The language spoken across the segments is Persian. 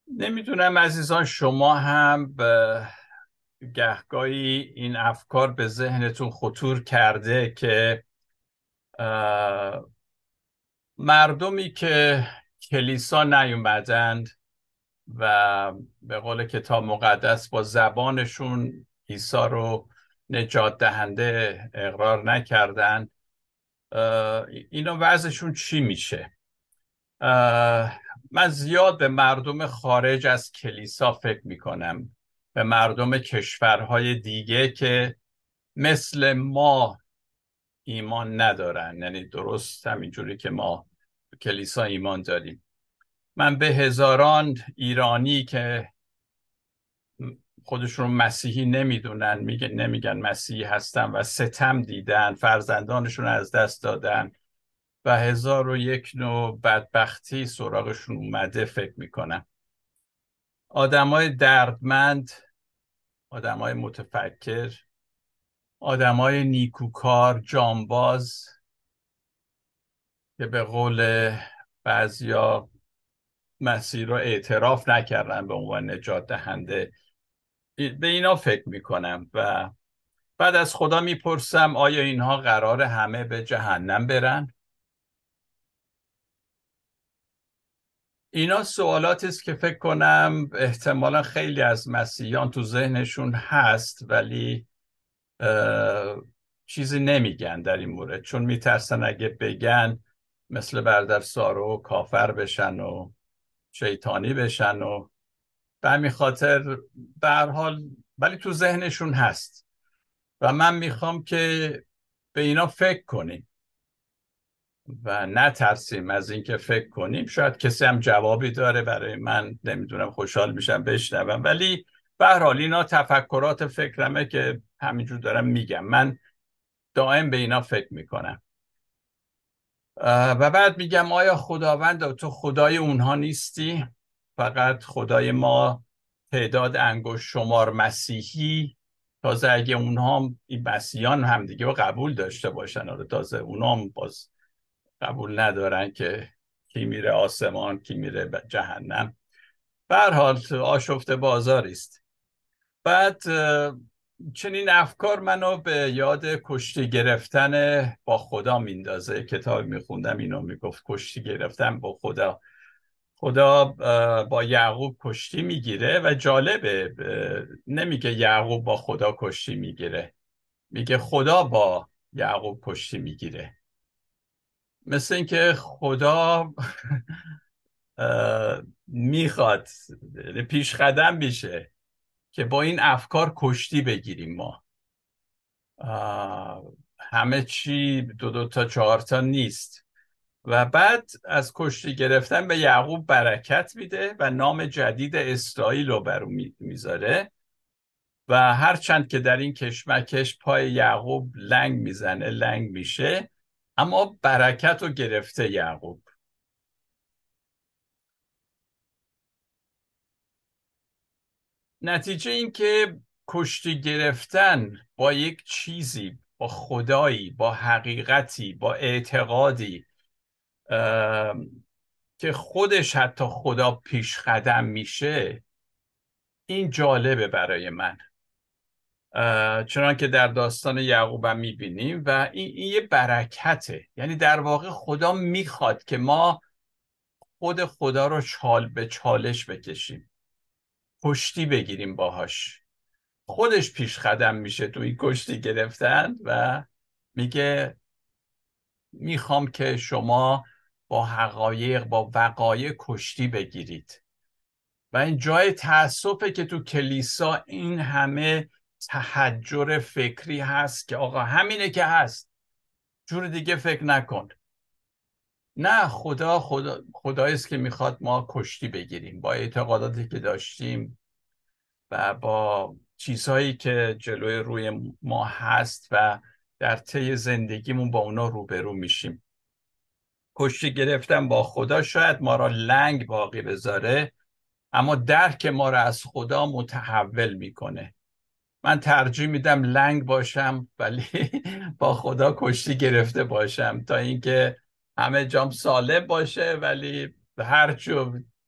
نمیدونم عزیزان، شما هم به گهگاهی این افکار به ذهنتون خطور کرده که اه، مردمی که کلیسا نیومدند و به قول کتاب مقدس با زبانشون عیسی رو نجات دهنده اقرار نکردند، اینا وضعشون چی میشه؟ من زیاد به مردم خارج از کلیسا فکر میکنم، به مردم کشورهای دیگه که مثل ما ایمان ندارن، یعنی درست همینجوری که ما به کلیسا ایمان داریم. من به هزاران ایرانی که خودشون مسیحی نمیدونن، نمیگن مسیحی هستن و ستم دیدن، فرزندانشون از دست دادن و هزار و یک نوع بدبختی سراغشون اومده فکر میکنم. آدمای دردمند، آدمای متفکر، آدمای نیکوکار، جانباز که به قول بعضیا مسیح رو اعتراف نکردن به عنوان نجات دهنده، به اینا فکر میکنم و بعد از خدا میپرسم آیا اینها قرار همه به جهنم برن؟ اینا سوالاتی است که فکر کنم احتمالا خیلی از مسیحیان تو ذهنشون هست، ولی چیزی نمیگن در این مورد، چون میترسن اگه بگن مثل برادر سارو کافر بشن و شیطانی بشن و به همین خاطر به هر حال، ولی تو ذهنشون هست و من میخوام که به اینا فکر کنیم و نترسیم از اینکه فکر کنیم. شاید کسی هم جوابی داره برای من، نمیدونم، خوشحال میشم بشنوم، ولی به هر حال اینا تفکرات فکرمه که همینجور دارم میگم. من دائم به اینا فکر میکنم و بعد میگم آیا خداوند تو خدای اونها نیستی؟ فقط خدای ما تعداد انگشت شمار مسیحی، تازه اگه اونها این مسیحیان هم دیگه رو قبول داشته باشن، آره تازه اونها هم باز قبول ندارن که کی میره آسمان کی میره به جهنم. به هر حال آشفته بازاری است. بعد چنین افکار منو به یاد کشتی گرفتن با خدا میندازه. کتاب میخوندم اینو میگفت کشتی گرفتن با خدا. خدا با یعقوب کشتی میگیره و جالبه، نمیگه یعقوب با خدا کشتی میگیره، میگه خدا با یعقوب کشتی میگیره. مثل اینکه خدا میخواد پیش قدم میشه که با این افکار کشتی بگیریم ما. همه چی دو دو تا چهار تا نیست و بعد از کشتی گرفتن به یعقوب برکت میده و نام جدید اسرائیل رو بر اون میذاره و هرچند که در این کشمکش پای یعقوب لنگ میزنه، لنگ میشه، اما برکت رو گرفته یعقوب. نتیجه این که کشتی گرفتن با یک چیزی، با خدایی، با حقیقتی، با اعتقادی که خودش حتی خدا پیش قدم میشه، این جالبه برای من. چنان که در داستان یعقوب هم میبینیم و این یه برکته. یعنی در واقع خدا میخواد که ما خود خدا رو چال به چالش بکشیم، کشتی بگیریم باهاش. خودش پیش قدم میشه تو این کشتی گرفتن و میگه میخوام که شما با حقایق، با وقایع کشتی بگیرید. و این جای تأسفه که تو کلیسا این همه تحجر فکری هست که آقا همینه که هست، جور دیگه فکر نکن. نه، خدایی است که میخواد ما کشتی بگیریم با اعتقاداتی که داشتیم و با چیزهایی که جلوی روی ما هست و در طی زندگیمون با اونا روبرو میشیم. کشتی گرفتن با خدا شاید ما را لنگ باقی بذاره، اما درک ما را از خدا متحول میکنه. من ترجیح میدم لنگ باشم ولی با خدا کشتی گرفته باشم، تا اینکه همه جام سالم باشه ولی هر جور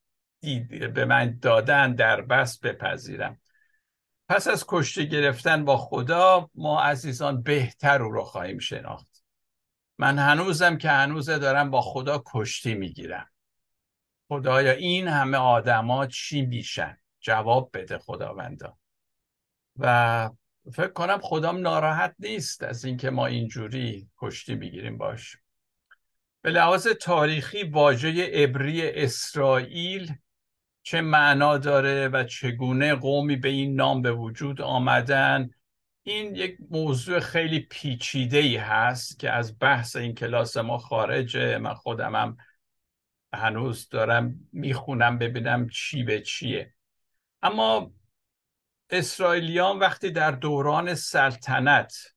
به من دادن در بس بپذیرم. پس از کشتی گرفتن با خدا ما عزیزان بهتر او را خواهیم شناخت. من هنوزم که هنوزه دارم با خدا کشتی میگیرم. خدایا این همه آدما چی میشن؟ جواب بده خداوندا. و فکر کنم خدام ناراحت نیست از اینکه ما اینجوری کشتی میگیریم باش. به لحاظ تاریخی واژه عبری اسرائیل چه معنا داره و چگونه قومی به این نام به وجود آمدن، این یک موضوع خیلی پیچیده‌ای هست که از بحث این کلاس ما خارجه. من خودمم هنوز دارم میخونم ببینم چی به چیه. اما اسرائیلیان وقتی در دوران سلطنت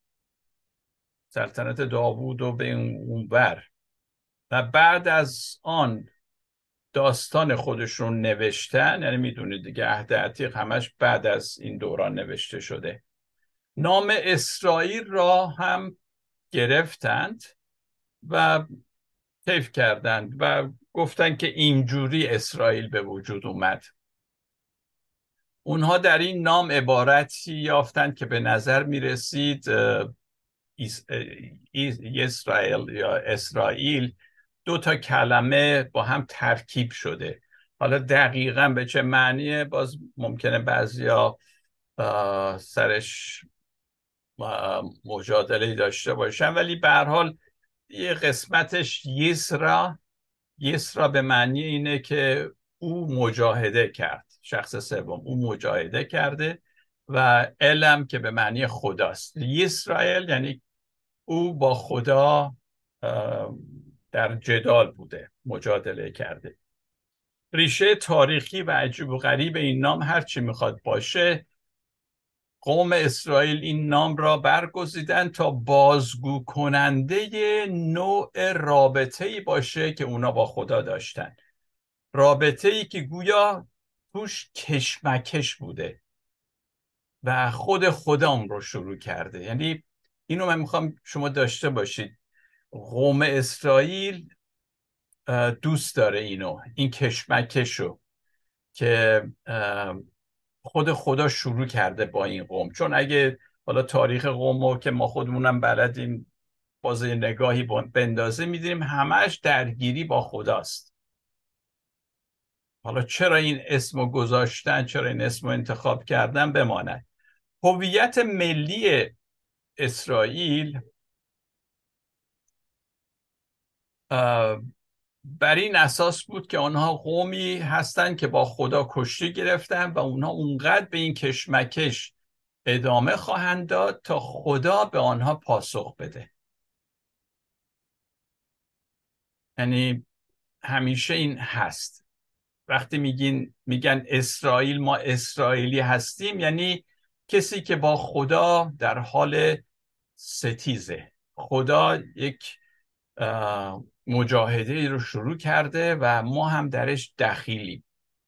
داوود و به اونور و بعد از آن داستان خودشون نوشتن، یعنی میدونید دیگه عهد عتیق همش بعد از این دوران نوشته شده، نام اسرائیل را هم گرفتند و حیف کردند و گفتن که اینجوری اسرائیل به وجود اومد. اونها در این نام عبارتی یافتند که به نظر میرسید اسرائیل یا اسرائیل دو تا کلمه با هم ترکیب شده. حالا دقیقاً به چه معنیه باز ممکنه بعضیا سرش مجادله داشته باشن، ولی به هر حال یه قسمتش یسرا به معنی اینه که او مجاهده کرد، شخص سوم او مجاهده کرده، و علم که به معنی خداست. اسرائیل یعنی او با خدا در جدال بوده، مجادله کرده. ریشه تاریخی و عجیب و غریب این نام هرچی میخواد باشه، قوم اسرائیل این نام را برگزیدن تا بازگو کننده نوع رابطه‌ای باشه که اونا با خدا داشتن. رابطه‌ای که گویا توش کشمکش بوده و خود خدا اون رو شروع کرده. یعنی اینو من میخوام شما داشته باشید. قوم اسرائیل دوست داره این کشمکشو که خود خدا شروع کرده با این قوم. چون اگه حالا تاریخ قومو که ما خودمونم بلدیم باز نگاهی بندازه، میدونیم همش درگیری با خداست. حالا چرا این اسمو گذاشتن، چرا این اسمو انتخاب کردن بماند. هویت ملی اسرائیل بر این اساس بود که آنها قومی هستند که با خدا کشتی گرفتن و اونها اونقدر به این کشمکش ادامه خواهند داد تا خدا به آنها پاسخ بده. یعنی همیشه این هست. وقتی میگن اسرائیل، ما اسرائیلی هستیم، یعنی کسی که با خدا در حال ستیزه. خدا یک مجاهده رو شروع کرده و ما هم درش دخیلیم.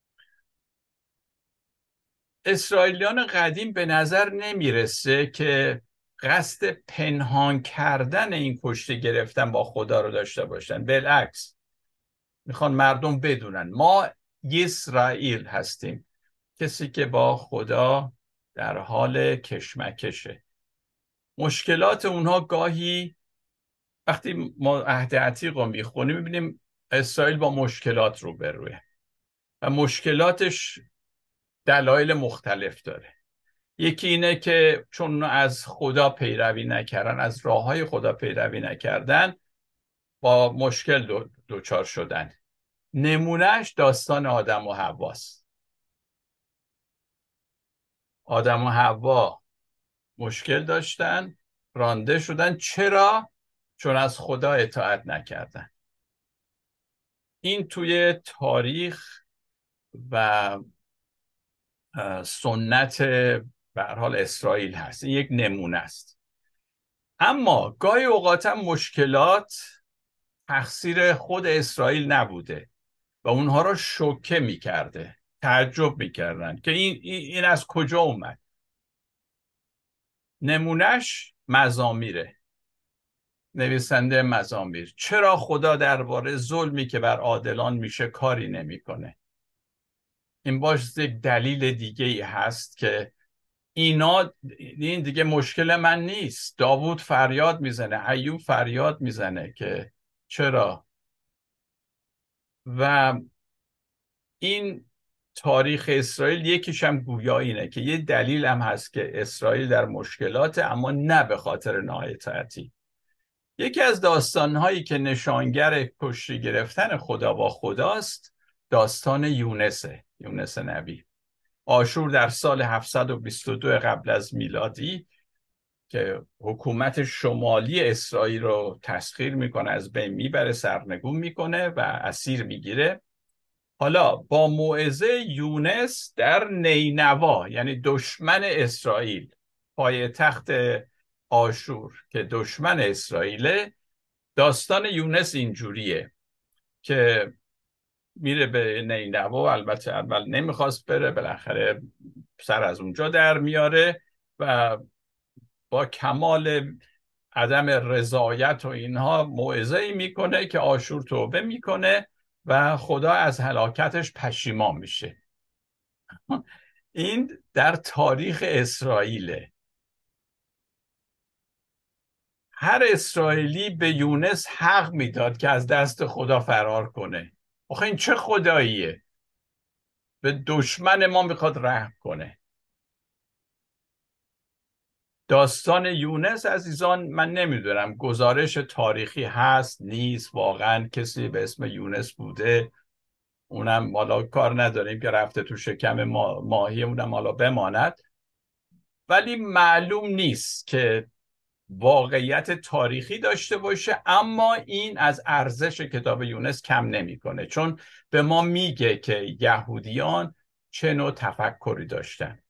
اسرائیلیان قدیم به نظر نمیرسه که قصد پنهان کردن این کشتی گرفتن با خدا رو داشته باشن. بالعکس میخوان مردم بدونن ما اسرائیل هستیم، کسی که با خدا در حال کشمکشه. مشکلات اونها گاهی وقتی ما عهد عتیق رو میخونیم میبینیم اسرائیل با مشکلات روبروه و مشکلاتش دلایل مختلف داره. یکی اینه که چون از خدا پیروی نکردن، از راههای خدا پیروی نکردن، با مشکل دوچار شدن. نمونهش داستان آدم و حواست. آدم و حوا مشکل داشتن، رانده شدن. چرا؟ چون از خدا اطاعت نکردن. این توی تاریخ و سنت به هر حال اسرائیل هست. این یک نمونه است. اما گاهی اوقات هم مشکلات تقصیر خود اسرائیل نبوده و اونها را شوکه میکرده، تعجب میکردن که این از کجا اومد. نمونهش مزامیره. نویسنده مزامیر چرا خدا درباره ظلمی که بر عادلان میشه کاری نمیکنه؟ این باز یک دلیل دیگه ای هست که این دیگه مشکل من نیست. داوود فریاد میزنه، ایوب فریاد میزنه که چرا. و این تاریخ اسرائیل یکیش هم گویا اینه که یه دلیل هم هست که اسرائیل در مشکلاته، اما نه به خاطر نااطاعتی. یکی از داستانهایی که نشانگر کشتی گرفتن خدا با خداست داستان یونس نبی. آشور در سال 722 قبل از میلادی که حکومت شمالی اسرائیل رو تسخیر میکنه، از بین میبره، سرنگون میکنه و اسیر میگیره. حالا با موعظه یونس در نینوا، یعنی دشمن اسرائیل، پایتخت آشور که دشمن اسرائیل، داستان یونس اینجوریه که میره به نینوا و البته اول نمیخواست بره، بالاخره سر از اونجا در میاره و با کمال عدم رضایت و اینها موعظه‌ای میکنه که آشور توبه میکنه و خدا از هلاکتش پشیمان میشه. این در تاریخ اسرائیله. هر اسرائیلی به یونس حق میداد که از دست خدا فرار کنه. آخه این چه خداییه؟ به دشمن ما میخواد رحم کنه. داستان یونس عزیزان، من نمیدونم گزارش تاریخی هست نیست، واقعا کسی به اسم یونس بوده، اونم حالا کار نداریم که رفته تو شکم ماهی، اونم حالا بماند، ولی معلوم نیست که واقعیت تاریخی داشته باشه. اما این از ارزش کتاب یونس کم نمیکنه، چون به ما میگه که یهودیان چه نوع تفکری داشتن.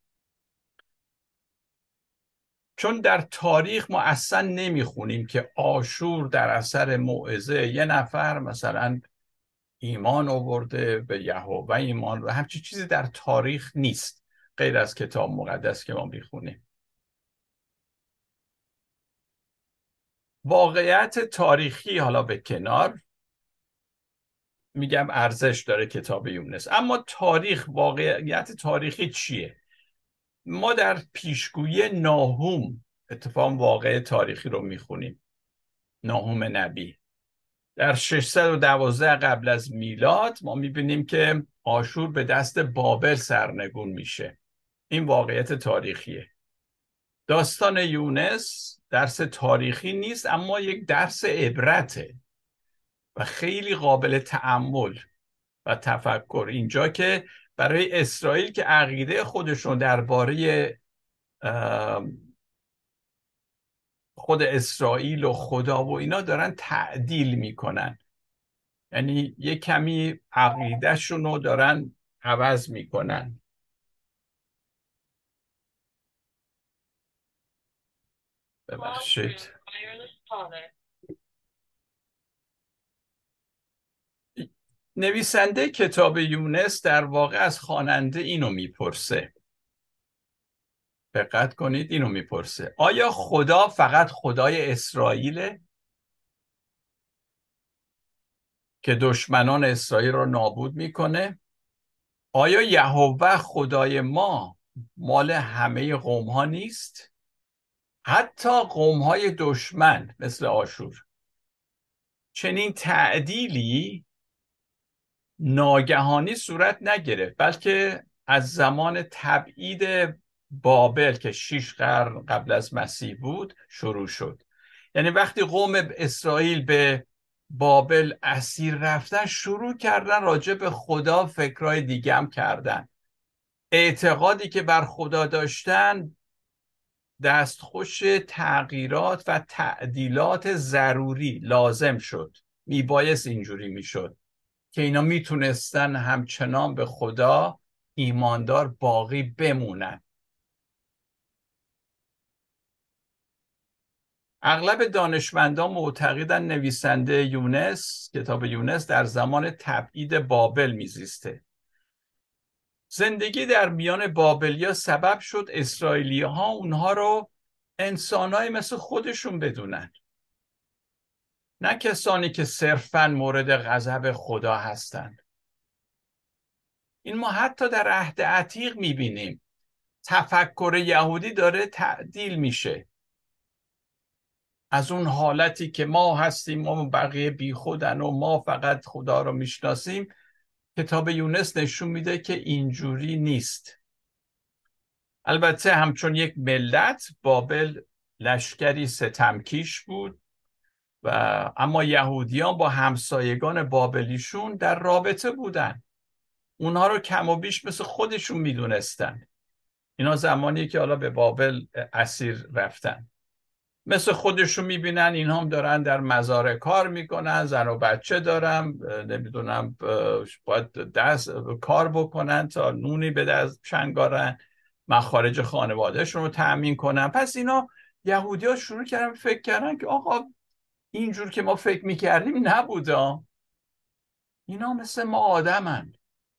چون در تاریخ ما اصلا نمیخونیم که آشور در اثر موعظه یه نفر مثلا ایمان آورده به یهوه، ایمان و همچین چیزی در تاریخ نیست غیر از کتاب مقدس که ما میخونیم. واقعیت تاریخی حالا به کنار، میگم ارزش داره کتاب یونس، اما واقعیت تاریخی چیه؟ ما در پیشگویی ناهوم اتفاق واقع تاریخی رو میخونیم. ناهوم نبی در 612 قبل از میلاد ما میبینیم که آشور به دست بابل سرنگون میشه. این واقعیت تاریخیه. داستان یونس درس تاریخی نیست، اما یک درس عبرته و خیلی قابل تأمل و تفکر. اینجا که برای اسرائیل که عقیده خودشون درباره خود اسرائیل و خدا و اینا دارن تعدیل میکنن، یعنی یه کمی عقیدهشون رو دارن عوض میکنن. ببخشید. نویسنده کتاب یونس در واقع از خواننده اینو میپرسه، دقت کنید، اینو میپرسه: آیا خدا فقط خدای اسرائیله که دشمنان اسرائیل رو نابود میکنه؟ آیا یهوه خدای ما مال همه قوم ها نیست؟ حتی قوم های دشمن مثل آشور. چنین تعدیلی ناگهانی صورت نگرفت، بلکه از زمان تبعید بابل که 6 قرن قبل از مسیح بود شروع شد. یعنی وقتی قوم اسرائیل به بابل اسیر رفتن، شروع کردن راجع به خدا فکرهای دیگه هم کردن. اعتقادی که بر خدا داشتن دستخوش تغییرات و تعدیلات ضروری لازم شد. میبایست اینجوری میشد که اینا میتونستن همچنان به خدا ایماندار باقی بمونن. اغلب دانشمندان معتقدن نویسنده کتاب یونس در زمان تبعید بابل میزیسته. زندگی در میان بابلیا سبب شد اسرائیلی ها اونها رو انسانای مثل خودشون بدونن، نه کسانی که صرفاً مورد غضب خدا هستند. این ما حتی در عهد عتیق میبینیم تفکر یهودی داره تعدیل میشه از اون حالتی که ما هستیم ما بقیه بی خودن و ما فقط خدا رو میشناسیم. کتاب یونس نشون میده که اینجوری نیست. البته همچون یک ملت بابل لشکری ستمکیش بود و اما یهودیان با همسایگان بابلیشون در رابطه بودن. اونها رو کم و بیش مثل خودشون میدونستن. اینا زمانی که حالا به بابل اسیر رفتن مثل خودشون میبینن این هم دارن در مزارع کار میکنن، زن و بچه دارن، نمیدونم باید دست کار بکنن تا نونی به دست چنگارن، مخارج خانوادهشون رو تأمین کنن. پس اینا یهودی ها شروع کردن فکر کردن که آقا اینجور که ما فکر میکردیم نبوده، اینا مثل ما آدمن.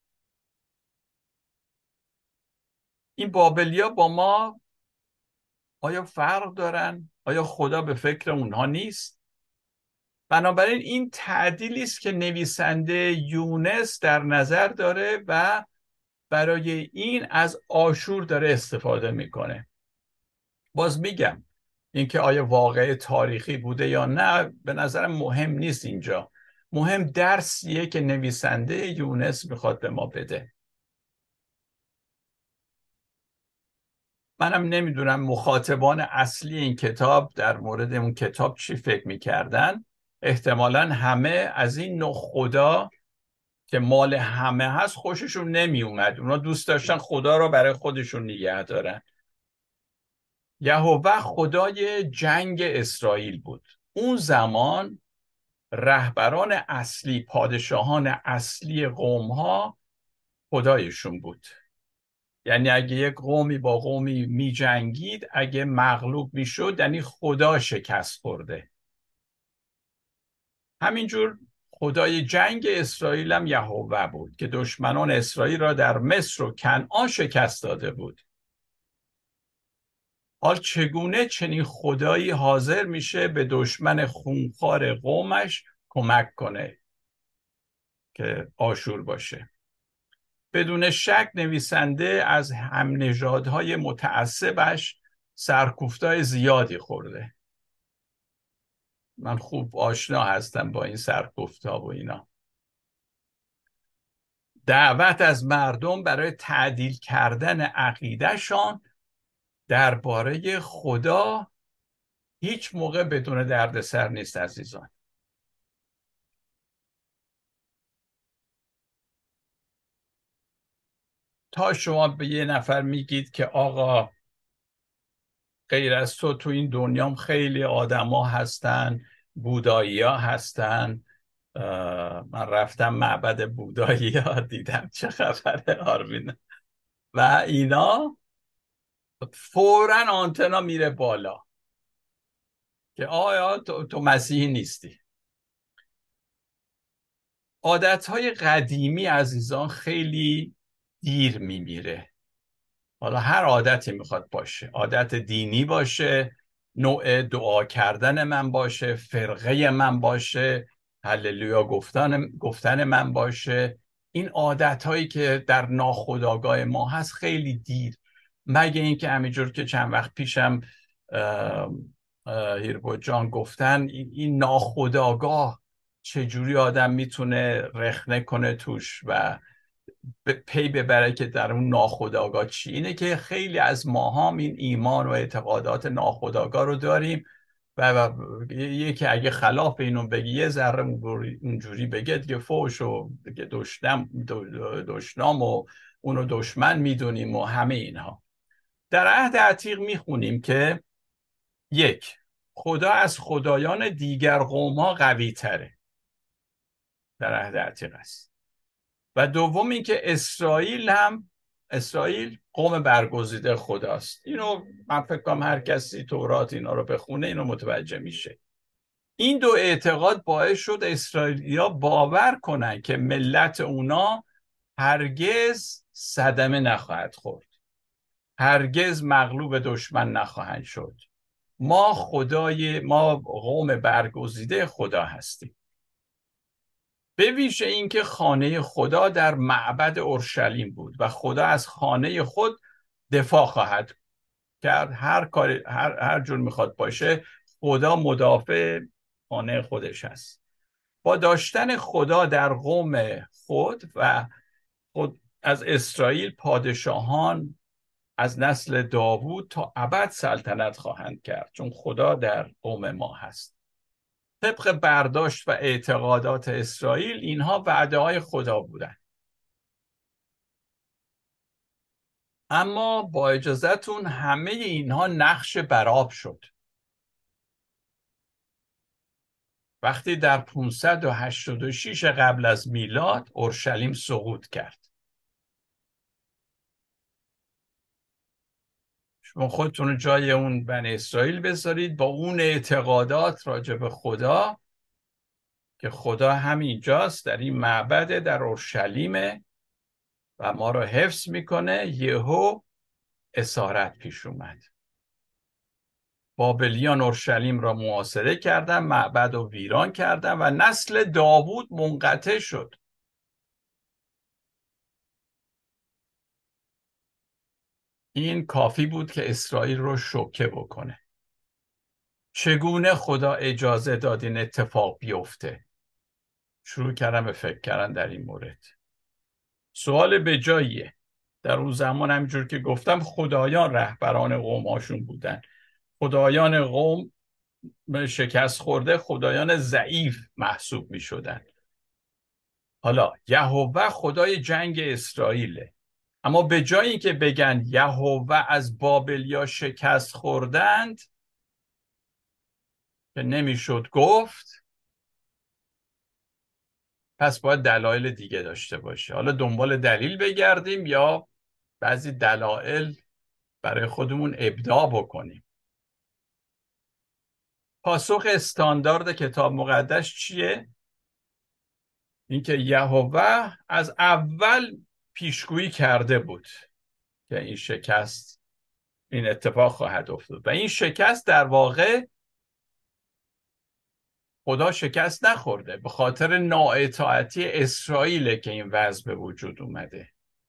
این بابلیا با ما آیا فرق دارن؟ آیا خدا به فکر اونها نیست؟ بنابراین این تعدیلی است که نویسنده یونس در نظر داره و برای این از آشور داره استفاده میکنه. باز میگم اینکه آیا واقع تاریخی بوده یا نه به نظرم مهم نیست اینجا. مهم درسیه که نویسنده یونس میخواد به ما بده. منم نمیدونم مخاطبان اصلی این کتاب در مورد اون کتاب چی فکر میکردن. احتمالاً همه از این نوع خدا که مال همه هست خوششون نمی اومد. اونا دوست داشتن خدا رو برای خودشون نگه دارن. یهوه خدای جنگ اسرائیل بود. اون زمان رهبران اصلی، پادشاهان اصلی قوم ها خدایشون بود. یعنی اگه یک قومی با قومی می جنگید، اگه مغلوب می شد یعنی خدا شکست خورده. همینجور خدای جنگ اسرائیل هم یهوه بود که دشمنان اسرائیل را در مصر و کنعان شکست داده بود. حال چگونه چنین خدایی حاضر میشه به دشمن خونخوار قومش کمک کنه که آشور باشه؟ بدون شک نویسنده از همنژادهای متعصبش سرکوفتای زیادی خورده. من خوب آشنا هستم با این سرکوفت‌ها و اینا. دعوت از مردم برای تعدیل کردن عقیدهشان درباره خدا هیچ موقع بدون دردسر نیست عزیزان. تا شما به یه نفر میگید که آقا غیر از تو این دنیام خیلی آدما هستن، بودایی ها هستن، من رفتم معبد بودایی ها دیدم چه خبره آرمین و اینا، فوراً آنتنا میره بالا که آیا تو مسیحی نیستی. عادتهای قدیمی عزیزان خیلی دیر میمیره. حالا هر عادتی میخواد باشه، عادت دینی باشه، نوع دعا کردن من باشه، فرقه من باشه، هللویا گفتن من باشه، این عادت هایی که در ناخودآگاه ما هست خیلی دیر، مگه اینکه همینجور که چند وقت پیشم هیربو جان گفتن این ناخودآگاه چجوری آدم میتونه رخنه کنه توش و پی ببره که در اون ناخودآگاه چی. اینه که خیلی از ما هم این ایمان و اعتقادات ناخودآگاه رو داریم و یکی اگه خلاف اینو بگی یه ذره اونجوری بگه دیگه فوش و دیگه دشنام و اونو دشمن میدونیم و همه اینها. در عهد عتیق میخونیم که یک، خدا از خدایان دیگر قوم ها قوی تره، در عهد عتیق است. و دوم این که اسرائیل قوم برگزیده خداست. اینو من فکر کنم هر کسی تورات اینا رو بخونه اینو متوجه میشه. این دو اعتقاد باعث شد اسرائیلیا باور کنن که ملت اونا هرگز صدمه نخواهد خورد، هرگز مغلوب دشمن نخواهند شد. ما قوم برگزیده خدا هستیم. به ویژه اینکه خانه خدا در معبد اورشلیم بود و خدا از خانه خود دفاع خواهد کرد. هر کاری هر جور میخواد باشه، خدا مدافع خانه خودش هست. با داشتن خدا در قوم خود و خود از اسرائیل، پادشاهان از نسل داوود تا ابد سلطنت خواهند کرد، چون خدا در قوم ما هست. طبق برداشت و اعتقادات اسرائیل، اینها وعده های خدا بودند. اما با اجازهتون همه اینها نقش برآب شد وقتی در 586 قبل از میلاد اورشلیم سقوط کرد. شما خودتون رو جای اون بنی اسرائیل بذارید، با اون اعتقادات راجع به خدا که خدا همینجاست، در این معبد در اورشلیمه و ما رو حفظ میکنه، یهو اسارت پیش اومد. بابلیان اورشلیم را محاصره کردن، معبد رو ویران کردن و نسل داوود منقطع شد. این کافی بود که اسرائیل رو شوکه بکنه. چگونه خدا اجازه داد این اتفاق بیفته؟ شروع کردم به فکر کردن در این مورد. سوال به جاییه. در اون زمان همینجور که گفتم خدایان رهبران قوماشون بودن. خدایان قوم شکست خورده خدایان ضعیف محسوب می شدن. حالا یهوه خدای جنگ اسرائیله، اما به جایی که بگن یهوه از بابلیا شکست خوردند که نمیشد گفت، پس باید دلایل دیگه داشته باشه. حالا دنبال دلیل بگردیم یا بعضی دلایل برای خودمون ابداع بکنیم. پاسخ استاندارد کتاب مقدس چیه؟ اینکه یهوه از اول پیشگویی کرده بود که این شکست، این اتفاق خواهد افتاد و این شکست در واقع خدا شکست نخورده، به خاطر نااطاعتی اسرائیل که این وضع به وجود اومده.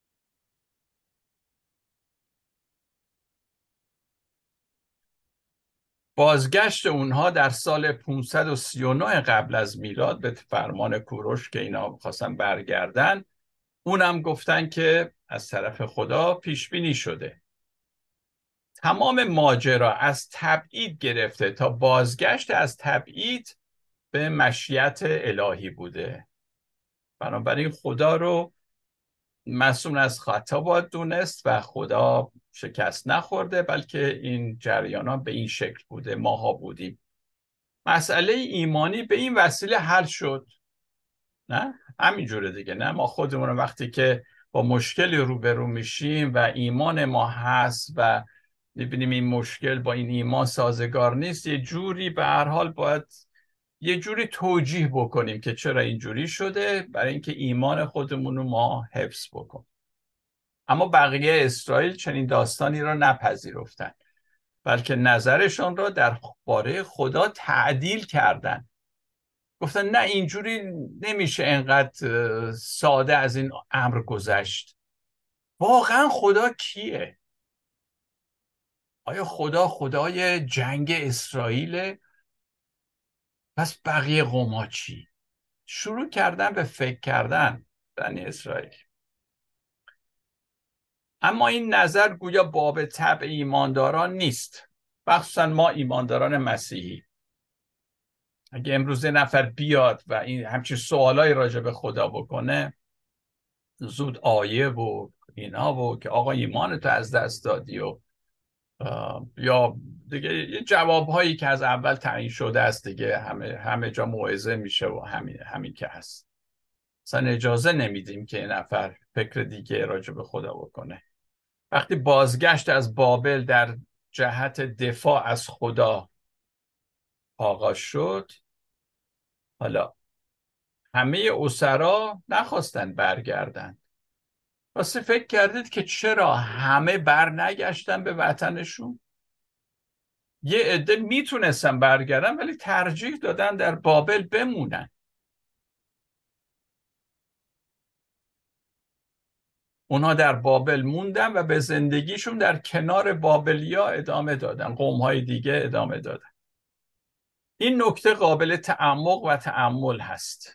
بازگشت اونها در سال 539 قبل از میلاد به فرمان کوروش که اینا خواستن برگردن، اونم گفتن که از طرف خدا پیش بینی شده. تمام ماجرا از تبعید گرفته تا بازگشت از تبعید به مشیت الهی بوده. بنابراین خدا رو معصوم از خطا باید دونست و خدا شکست نخورده، بلکه این جریانات به این شکل بوده، ماها بودیم. مسئله ایمانی به این وسیله حل شد. نه همینجوره دیگه. نه ما خودمون وقتی که با مشکلی روبرو میشیم و ایمان ما هست و میبینیم این مشکل با این ایمان سازگار نیست، یه جوری به هر حال باید یه جوری توجیه بکنیم که چرا اینجوری شده، برای اینکه ایمان خودمون رو ما حفظ بکنیم. اما بقیه اسرائیل چنین داستانی را نپذیرفتند، بلکه نظرشان را درباره خدا تعدیل کردند. گفتن نه اینجوری نمیشه، انقدر ساده از این امر گذشت. واقعا خدا کیه؟ آیا خدا خدای جنگ اسرائیله؟ پس بقیه قوما چی؟ شروع کردن به فکر کردن بنی اسرائیل. اما این نظر گویا باب طبع ایمانداران نیست، مخصوصا ما ایمانداران مسیحی. اگه امروز نفر بیاد و این همچین سوالای راجع به خدا بکنه، زود آیه و اینا و که آقا ایمانتو از دست دادی و یا دیگه یه جوابهایی که از اول تعیین شده است دیگه، همه جا موعظه میشه و همین که هست. اصلا اجازه نمیدیم که این نفر فکر دیگه راجع به خدا بکنه. وقتی بازگشت از بابل در جهت دفاع از خدا آغاز شد، حالا همه اسرا نخواستن برگردن. واسه فکر کردید که چرا همه بر نگشتن به وطنشون؟ یه عده میتونستن برگردن ولی ترجیح دادن در بابل بمونن. اونها در بابل موندن و به زندگیشون در کنار بابلیا ادامه دادن، قوم‌های دیگه ادامه دادن. این نکته قابل تعمق و تأمل هست.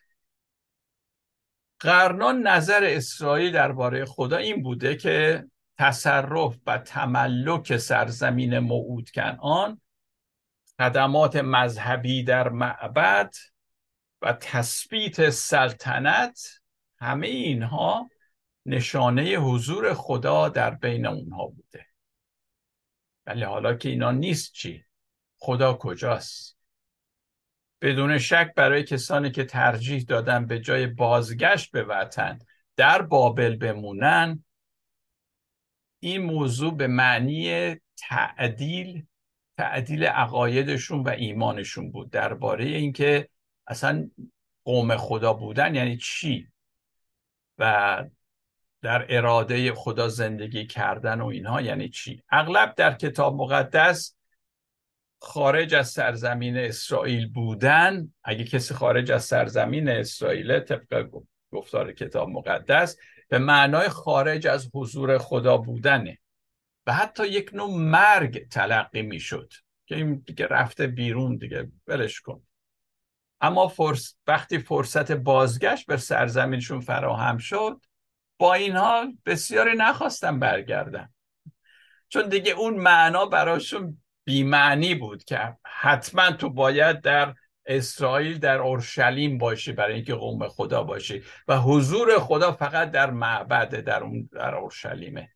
قرنان نظر اسرائیل درباره خدا این بوده که تصرف و تملک سرزمین موعود کنعان، خدمات مذهبی در معبد و تثبیت سلطنت، همه اینها نشانه حضور خدا در بین اونها بوده. ولی حالا که اینا نیست چی؟ خدا کجاست؟ بدون شک برای کسانی که ترجیح دادن به جای بازگشت به وطن در بابل بمونن، این موضوع به معنی تعدیل عقایدشون و ایمانشون بود درباره اینکه اصلا قوم خدا بودن یعنی چی و در اراده خدا زندگی کردن و اینها یعنی چی. اغلب در کتاب مقدس خارج از سرزمین اسرائیل بودن، اگه کسی خارج از سرزمین اسرائیل طبق گفتار کتاب مقدس، به معنای خارج از حضور خدا بودنه و حتی یک نوع مرگ تلقی میشد که این دیگه رفته بیرون، دیگه ولش کن. اما وقتی فرصت بازگشت به سرزمینشون فراهم شد، با این حال بسیاری نخواستن برگردن، چون دیگه اون معنا براشون بی‌معنی بود که حتما تو باید در اسرائیل، در اورشلیم باشی برای اینکه قوم خدا باشی و حضور خدا فقط در معبد در اورشلیمه.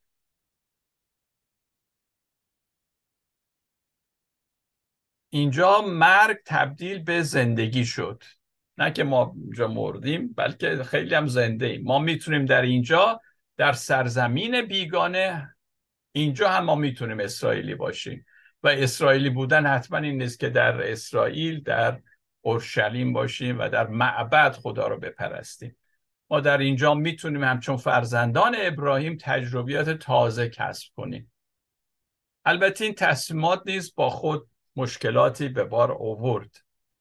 اینجا مرگ تبدیل به زندگی شد. نه که ما اینجا مردیم، بلکه خیلی هم زنده ایم. ما میتونیم در اینجا، در سرزمین بیگانه، اینجا هم ما میتونیم اسرائیلی باشیم و اسرائیلی بودن حتما این نیست که در اسرائیل، در اورشلیم باشیم و در معبد خدا رو بپرستیم. ما در اینجا میتونیم همچون فرزندان ابراهیم تجربیات تازه کسب کنیم. البته این تصمیمات نیز با خود مشکلاتی به بار آورد.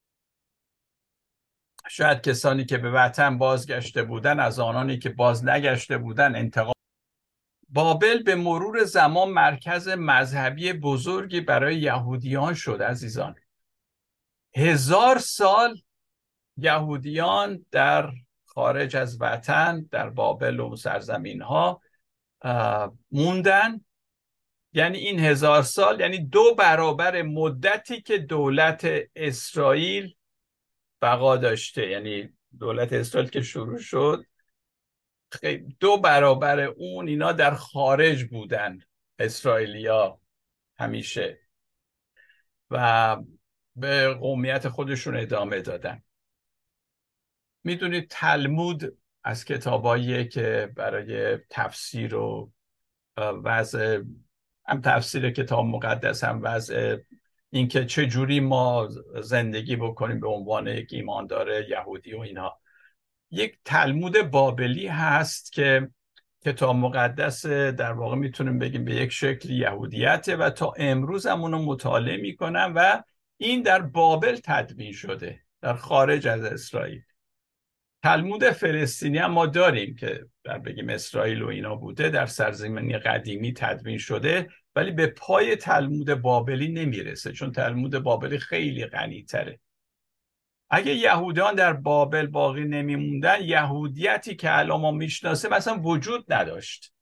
شاید کسانی که به وطن بازگشته بودن از آنانی که باز نگشته بودن انتقام. بابل به مرور زمان مرکز مذهبی بزرگی برای یهودیان شد. عزیزان، 1000 سال یهودیان در خارج از وطن در بابل و سرزمین ها موندن. یعنی این 1000 سال یعنی 2 برابر مدتی که دولت اسرائیل بقا داشته. یعنی دولت اسرائیل که شروع شد 2 برابر اون اینا در خارج بودن، اسرائیلیا همیشه، و به قومیت خودشون ادامه دادن. میدونید تلمود از کتاباییه که برای تفسیر و وضع، هم تفسیر کتاب مقدس هم وضع اینکه چه جوری ما زندگی بکنیم به عنوان یک ایماندار یهودی و اینها. یک تلمود بابلی هست که کتاب مقدس در واقع میتونیم بگیم به یک شکل یهودیته و تا امروز هم اونو مطالعه میکنن و این در بابل تدوین شده، در خارج از اسرائیل. تلمود فلسطینی هم ما داریم که در بگیم اسرائیل و اینا بوده، در سرزمین قدیمی تدوین شده، ولی به پای تلمود بابلی نمیرسه، چون تلمود بابلی خیلی غنی‌تره. اگه یهودیان در بابل باقی نمیموندن، یهودیتی که الان ما میشناسیم مثلا وجود نداشت.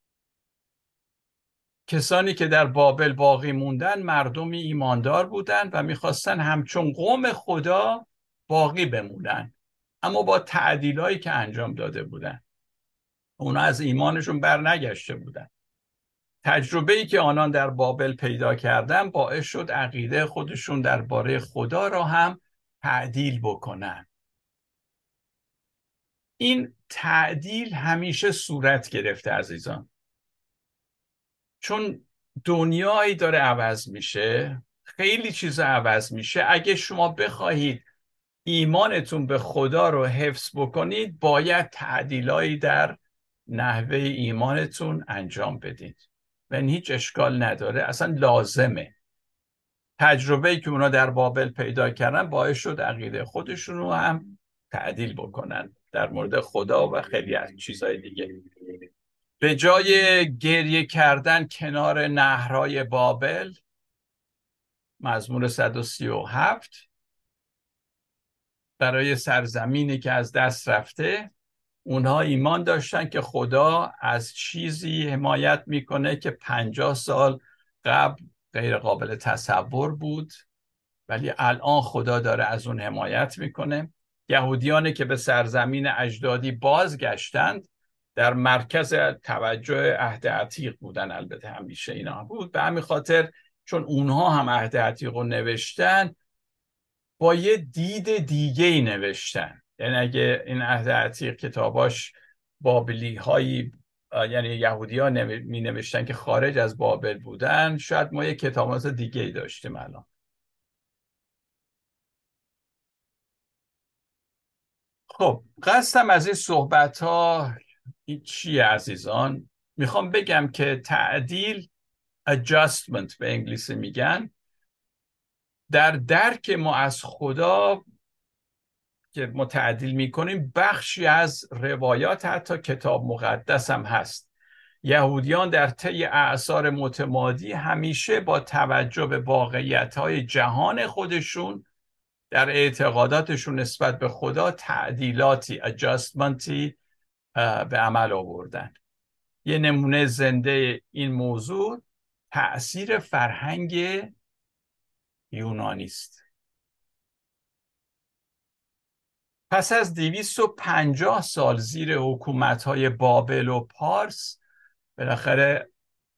کسانی که در بابل باقی موندن مردمی ایماندار بودن و میخواستن همچون قوم خدا باقی بمونن، اما با تعدیلایی که انجام داده بودن اونا از ایمانشون بر نگشته بودن. تجربه‌ای که آنان در بابل پیدا کردن باعث شد عقیده خودشون درباره خدا را هم تعدیل بکنن. این تعدیل همیشه صورت گرفته عزیزان، چون دنیایی داره عوض میشه، خیلی چیزا عوض میشه. اگه شما بخواهید ایمانتون به خدا رو حفظ بکنید، باید تعدیلایی در نحوه ایمانتون انجام بدید و این هیچ اشکال نداره، اصلا لازمه. تجربه‌ای که اونا در بابل پیدا کردن باعث شد عقیده خودشون رو هم تعدیل بکنن در مورد خدا و خیلی از چیزهای دیگه. به جای گریه کردن کنار نهرهای بابل، مزمور 137، برای سرزمینی که از دست رفته، اونها ایمان داشتن که خدا از چیزی حمایت میکنه که 50 سال قبل غیر قابل تصور بود، ولی الان خدا داره از اون حمایت میکنه. یهودیانی که به سرزمین اجدادی بازگشتند در مرکز توجه عهد عتیق بودن، البته همیشه اینا بود. به همین خاطر چون اونها هم عهد عتیق رو نوشتن، با یه دید دیگه ای نوشتن. یعنی اگه این عهد عتیق کتاباش بابلی هایی، یعنی یهودی ها می نوشتن که خارج از بابل بودن، شاید ما یه کتابات دیگه ای داشتیم الان. خب قصدم از این صحبت ها چیه عزیزان؟ میخوام بگم که تعدیل، adjustment به انگلیسی میگن، در درک ما از خدا که متعدل میکنیم بخشی از روایات حتی کتاب مقدس هم هست. یهودیان در طی اعصار متمادی همیشه با توجه به واقعیت‌های جهان خودشون در اعتقاداتشون نسبت به خدا تعدیلاتی، adjustmenتی به عمل آوردن. یه نمونه زنده این موضوع تأثیر فرهنگ یونانی است. پس از 250 سال زیر حکومت‌های بابل و پارس، بالاخره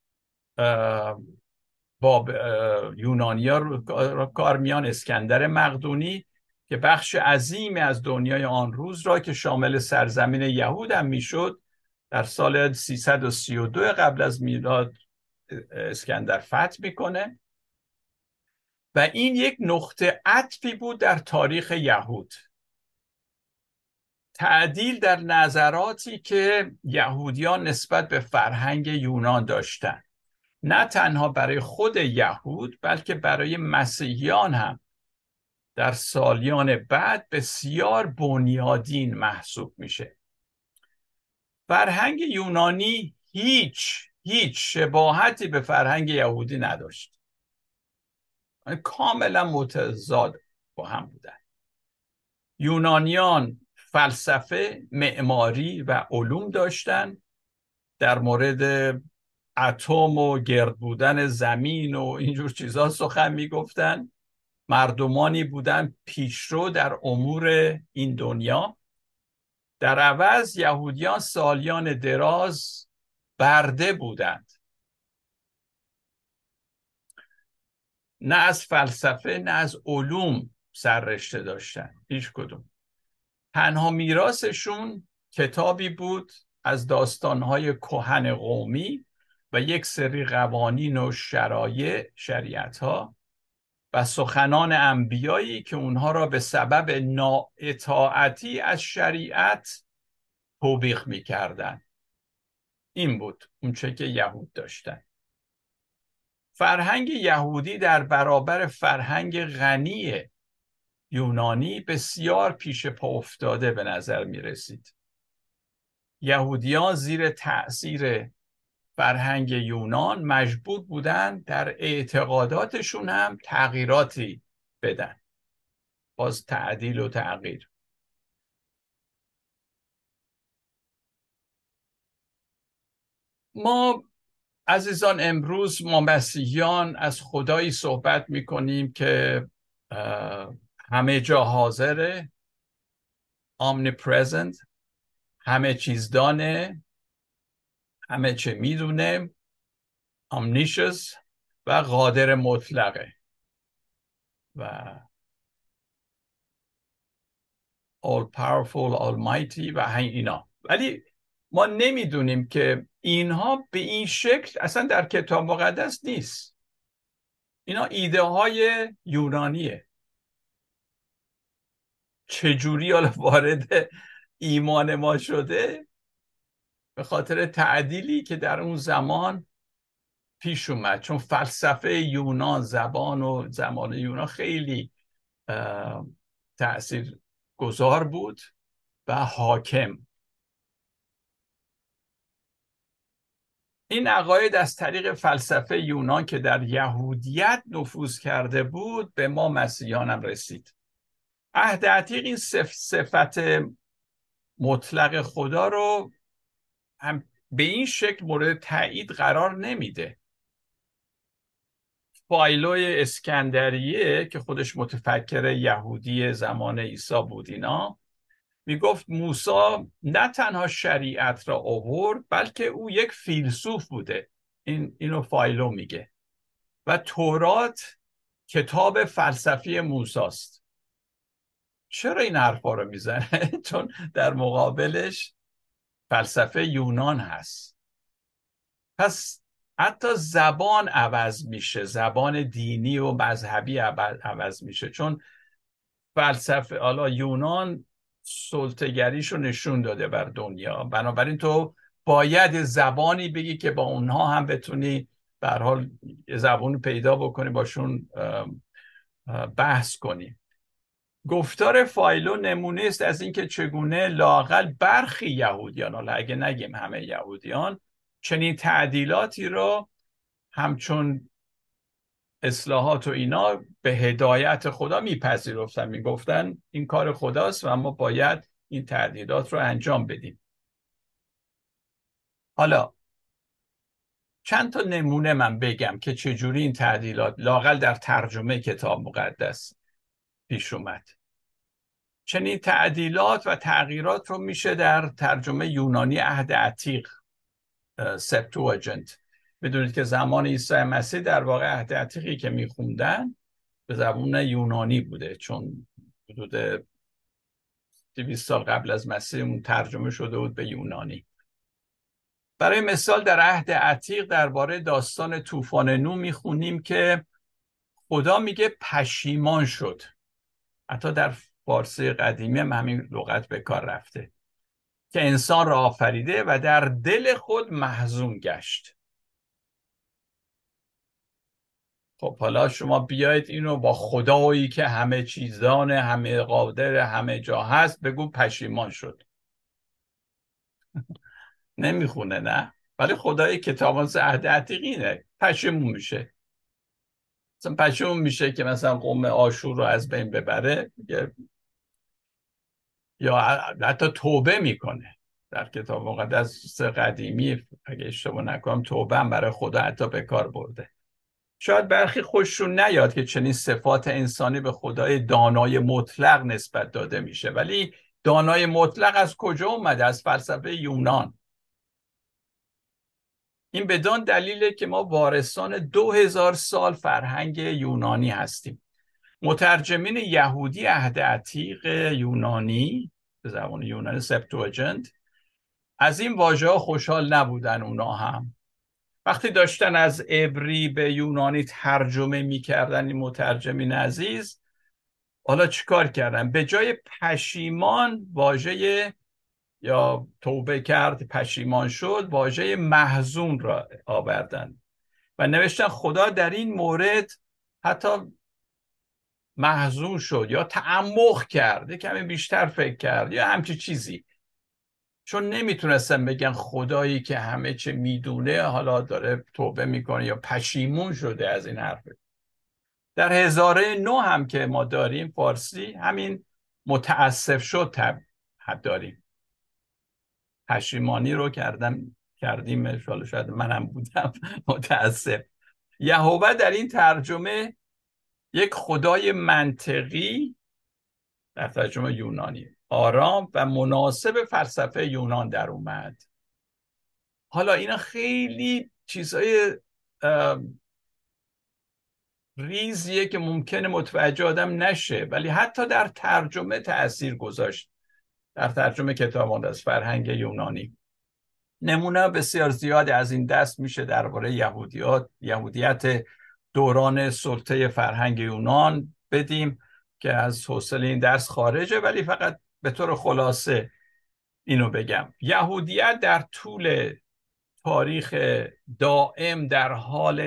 یونانیا رو کار میان اسکندر مقدونی که بخش عظیمی از دنیای آن روز را که شامل سرزمین یهود هم میشد، در سال 332 قبل از میلاد اسکندر فتح میکنه و این یک نقطه عطفی بود در تاریخ یهود. تعدیل در نظراتی که یهودیان نسبت به فرهنگ یونان داشتند، نه تنها برای خود یهود بلکه برای مسیحیان هم در سالیان بعد بسیار بنیادین محسوب میشه. فرهنگ یونانی هیچ شباهتی به فرهنگ یهودی نداشت، کاملا متضاد با هم بودن. یونانیان فلسفه، معماری و علوم داشتن، در مورد اتم و گرد بودن زمین و اینجور چیزا سخن میگفتن. مردمانی بودن پیشرو در امور این دنیا. در عوض یهودیان سالیان دراز برده بودند، نه از فلسفه نه از علوم سررشته داشتن، هیچ کدوم. تنها میراثشون کتابی بود از داستانهای کهن قومی و یک سری قوانین و شریعتها و سخنان انبیایی که اونها را به سبب نااطاعتی از شریعت توبیخ میکردن. این بود اون چه که یهود داشتن. فرهنگ یهودی در برابر فرهنگ غنی یونانی بسیار پیش پا افتاده به نظر می رسید. یهودیان زیر تأثیر فرهنگ یونان مجبور بودند در اعتقاداتشون هم تغییراتی بدن. باز تعدیل و تغییر. ما عزیزان امروز ما مسیحیان از خدایی صحبت می کنیم که همه جا حاضره، omnipresent، همه چیز دانه، همه چه میدونه، omniscious و قادر مطلقه و all powerful, almighty و اینا. ولی ما نمیدونیم که اینها به این شکل اصلا در کتاب مقدس نیست. اینا ایده های یونانیه. چجوری حالا وارد ایمان ما شده؟ به خاطر تعدیلی که در اون زمان پیش اومد، چون فلسفه یونان، زبان و زمان یونان خیلی تأثیر گذار بود و حاکم. این عقاید از طریق فلسفه یونان که در یهودیت نفوذ کرده بود به ما مسیحیان هم رسید. عهد عتیق این صفت مطلق خدا رو هم به این شکل مورد تایید قرار نمیده. فایلوی اسکندریه که خودش متفکر یهودی زمان عیسی بود اینا میگفت موسی نه تنها شریعت را آورد بلکه او یک فیلسوف بوده. اینو فایلو میگه. و تورات کتاب فلسفی موسی است. چرا این حرفا رو میزنه؟ چون در مقابلش فلسفه یونان هست. پس حتی زبان عوض میشه، زبان دینی و مذهبی عوض میشه، چون فلسفه یونان سلطه‌گریشو نشون داده بر دنیا. بنابراین تو باید زبانی بگی که با اونها هم بتونی به هر حال زبان پیدا بکنی، باشون بحث کنی. گفتار فایلو نمونه است از اینکه چگونه لااقل برخی یهودیان، حالا اگه نگیم همه یهودیان، چنین تعدیلاتی رو همچون اصلاحات و اینا به هدایت خدا میپذیرفتن، میگفتن این کار خداست و ما باید این تعدیلات رو انجام بدیم. حالا چند تا نمونه من بگم که چجوری این تعدیلات لااقل در ترجمه کتاب مقدس پیش اومد. چنین تعدیلات و تغییرات رو میشه در ترجمه یونانی عهد عتیق، سپتوآژنت. بدونید که زمان عیسی مسیح در واقع عهد عتیقی که میخوندن به زبان یونانی بوده، چون حدود 200 سال قبل از مسیح اون ترجمه شده بود به یونانی. برای مثال در عهد عتیق درباره داستان طوفان نوح میخونیم که خدا میگه پشیمان شد. حتی در فارسی قدیمی هم همین لغت به کار رفته که انسان را آفریده و در دل خود محزون گشت. خب حالا شما بیایید اینو با خدایی که همه چیزان، همه قادر، همه جا هست بگو پشیمان شد. نمیخونه نه؟ ولی خدای کتاب عهد عتیق اینه، پشیمون میشه. مثلا پشیمون میشه که مثلا قوم آشور رو از بین ببره، یا حتی توبه میکنه. در کتاب مقدس قدیمی اگه اشتباه نکنم توبه هم برای خدا حتی به کار برده. شاید برخی خوششون نیاد که چنین صفات انسانی به خدای دانای مطلق نسبت داده میشه، ولی دانای مطلق از کجا اومده؟ از فلسفه یونان. این بدان دلیله که ما وارثان 2000 سال فرهنگ یونانی هستیم. مترجمین یهودی عهد عتیق یونانی به زبان یونانی سپتوآژنت از این واژه‌ها خوشحال نبودن. اونا هم وقتی داشتن از عبری به یونانی ترجمه میکردن این مترجمین عزیز، حالا چیکار کردن؟ به جای پشیمان واژه یا توبه کرد پشیمان شد، واژه محزون را آوردن و نوشتن خدا در این مورد حتی محزون شد یا تعمق کرد، کمی بیشتر فکر کرد یا همچی چیزی، چون نمیتونستن بگن خدایی که همه چه میدونه حالا داره توبه میکنه یا پشیمون شده از این حرف. در هزاره نو هم که ما داریم فارسی همین متاسف شد داریم. پشیمانی رو کردیم شاید منم بودم متاسف. یهوه در این ترجمه یک خدای منطقی در ترجمه یونانی، آرام و مناسب فلسفه یونان در اومد. حالا اینا خیلی چیزای ریزیه که ممکنه متوجه آدم نشه، ولی حتی در ترجمه تأثیر گذاشت. در ترجمه کتاب از فرهنگ یونانی نمونه بسیار زیادی از این دست میشه درباره یهودیت دوران سلطه فرهنگ یونان بدیم که از حوصله این درس خارجه، ولی فقط به طور خلاصه اینو بگم. یهودیت در طول تاریخ دائم در حال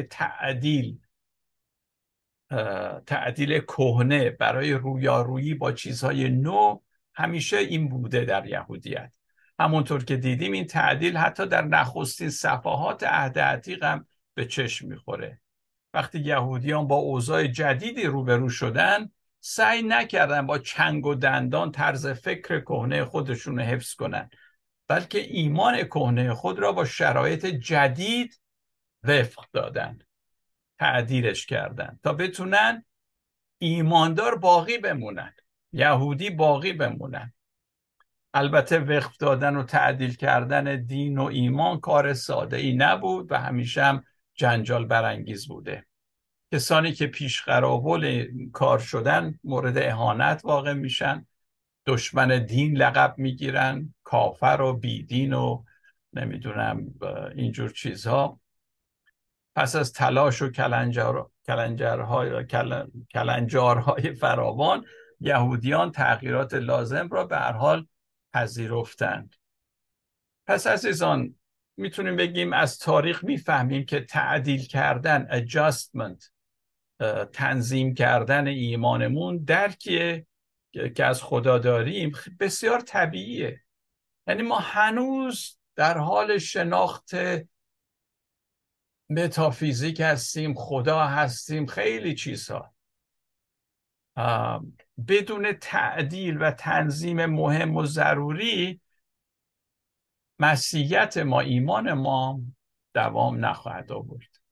تعدیل کهنه برای رویارویی با چیزهای نو همیشه این بوده در یهودیت. همونطور که دیدیم این تعدیل حتی در نخستین صفحات عهد عتیق هم به چشم میخوره. وقتی یهودیان با اوضاع جدیدی روبرو شدن، سعی نکردن با چنگ و دندان طرز فکر کهنه خودشون رو حفظ کنن، بلکه ایمان کهنه خود را با شرایط جدید وفق دادن، تعدیلش کردن تا بتونن ایماندار باقی بمونن، یهودی باقی بمونن. البته وقف دادن و تعدیل کردن دین و ایمان کار ساده ای نبود و همیشه هم جنجال برانگیز بوده. کسانی که پیش قراول کار شدن مورد اهانت واقع میشن، دشمن دین لقب میگیرن، کافر و بیدین و نمیدونم اینجور چیزها. پس از تلاش و کلنجارهای فراوان، یهودیان تغییرات لازم را به هر حال پذیرفتند. پس عزیزان، میتونیم بگیم از تاریخ میفهمیم که تعدیل کردن، adjustment، تنظیم کردن ایمانمون درکیه که از خدا داریم بسیار طبیعیه. یعنی ما هنوز در حال شناخت متافیزیک هستیم، خدا هستیم، خیلی چیزها. بدون تعدیل و تنظیم مهم و ضروری مسیحیت ما، ایمان ما دوام نخواهد آورد.